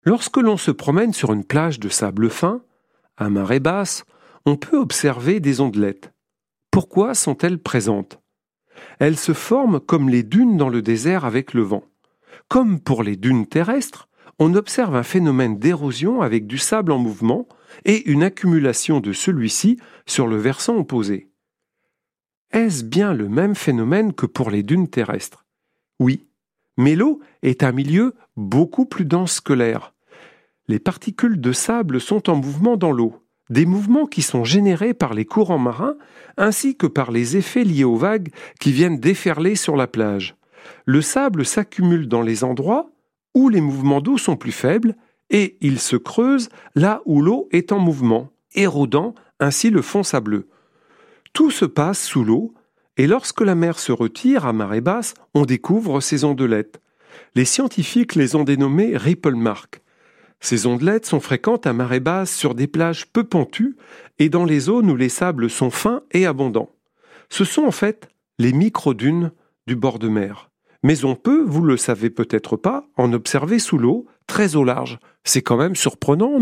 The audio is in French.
Lorsque l'on se promène sur une plage de sable fin, à marée basse, on peut observer des ondelettes. Pourquoi sont-elles présentes ? Elles se forment comme les dunes dans le désert avec le vent. Comme pour les dunes terrestres, on observe un phénomène d'érosion avec du sable en mouvement et une accumulation de celui-ci sur le versant opposé. Est-ce bien le même phénomène que pour les dunes terrestres ? Oui, mais l'eau est un milieu beaucoup plus dense que l'air. Les particules de sable sont en mouvement dans l'eau, des mouvements qui sont générés par les courants marins ainsi que par les effets liés aux vagues qui viennent déferler sur la plage. Le sable s'accumule dans les endroits où les mouvements d'eau sont plus faibles et il se creuse là où l'eau est en mouvement, érodant ainsi le fond sableux. Tout se passe sous l'eau et lorsque la mer se retire à marée basse, on découvre ces ondelettes. Les scientifiques les ont dénommées ripple marks. Ces ondelettes sont fréquentes à marée basse sur des plages peu pentues et dans les zones où les sables sont fins et abondants. Ce sont en fait les micro-dunes du bord de mer. Mais on peut, vous le savez peut-être pas, en observer sous l'eau, très au large. C'est quand même surprenant, non ?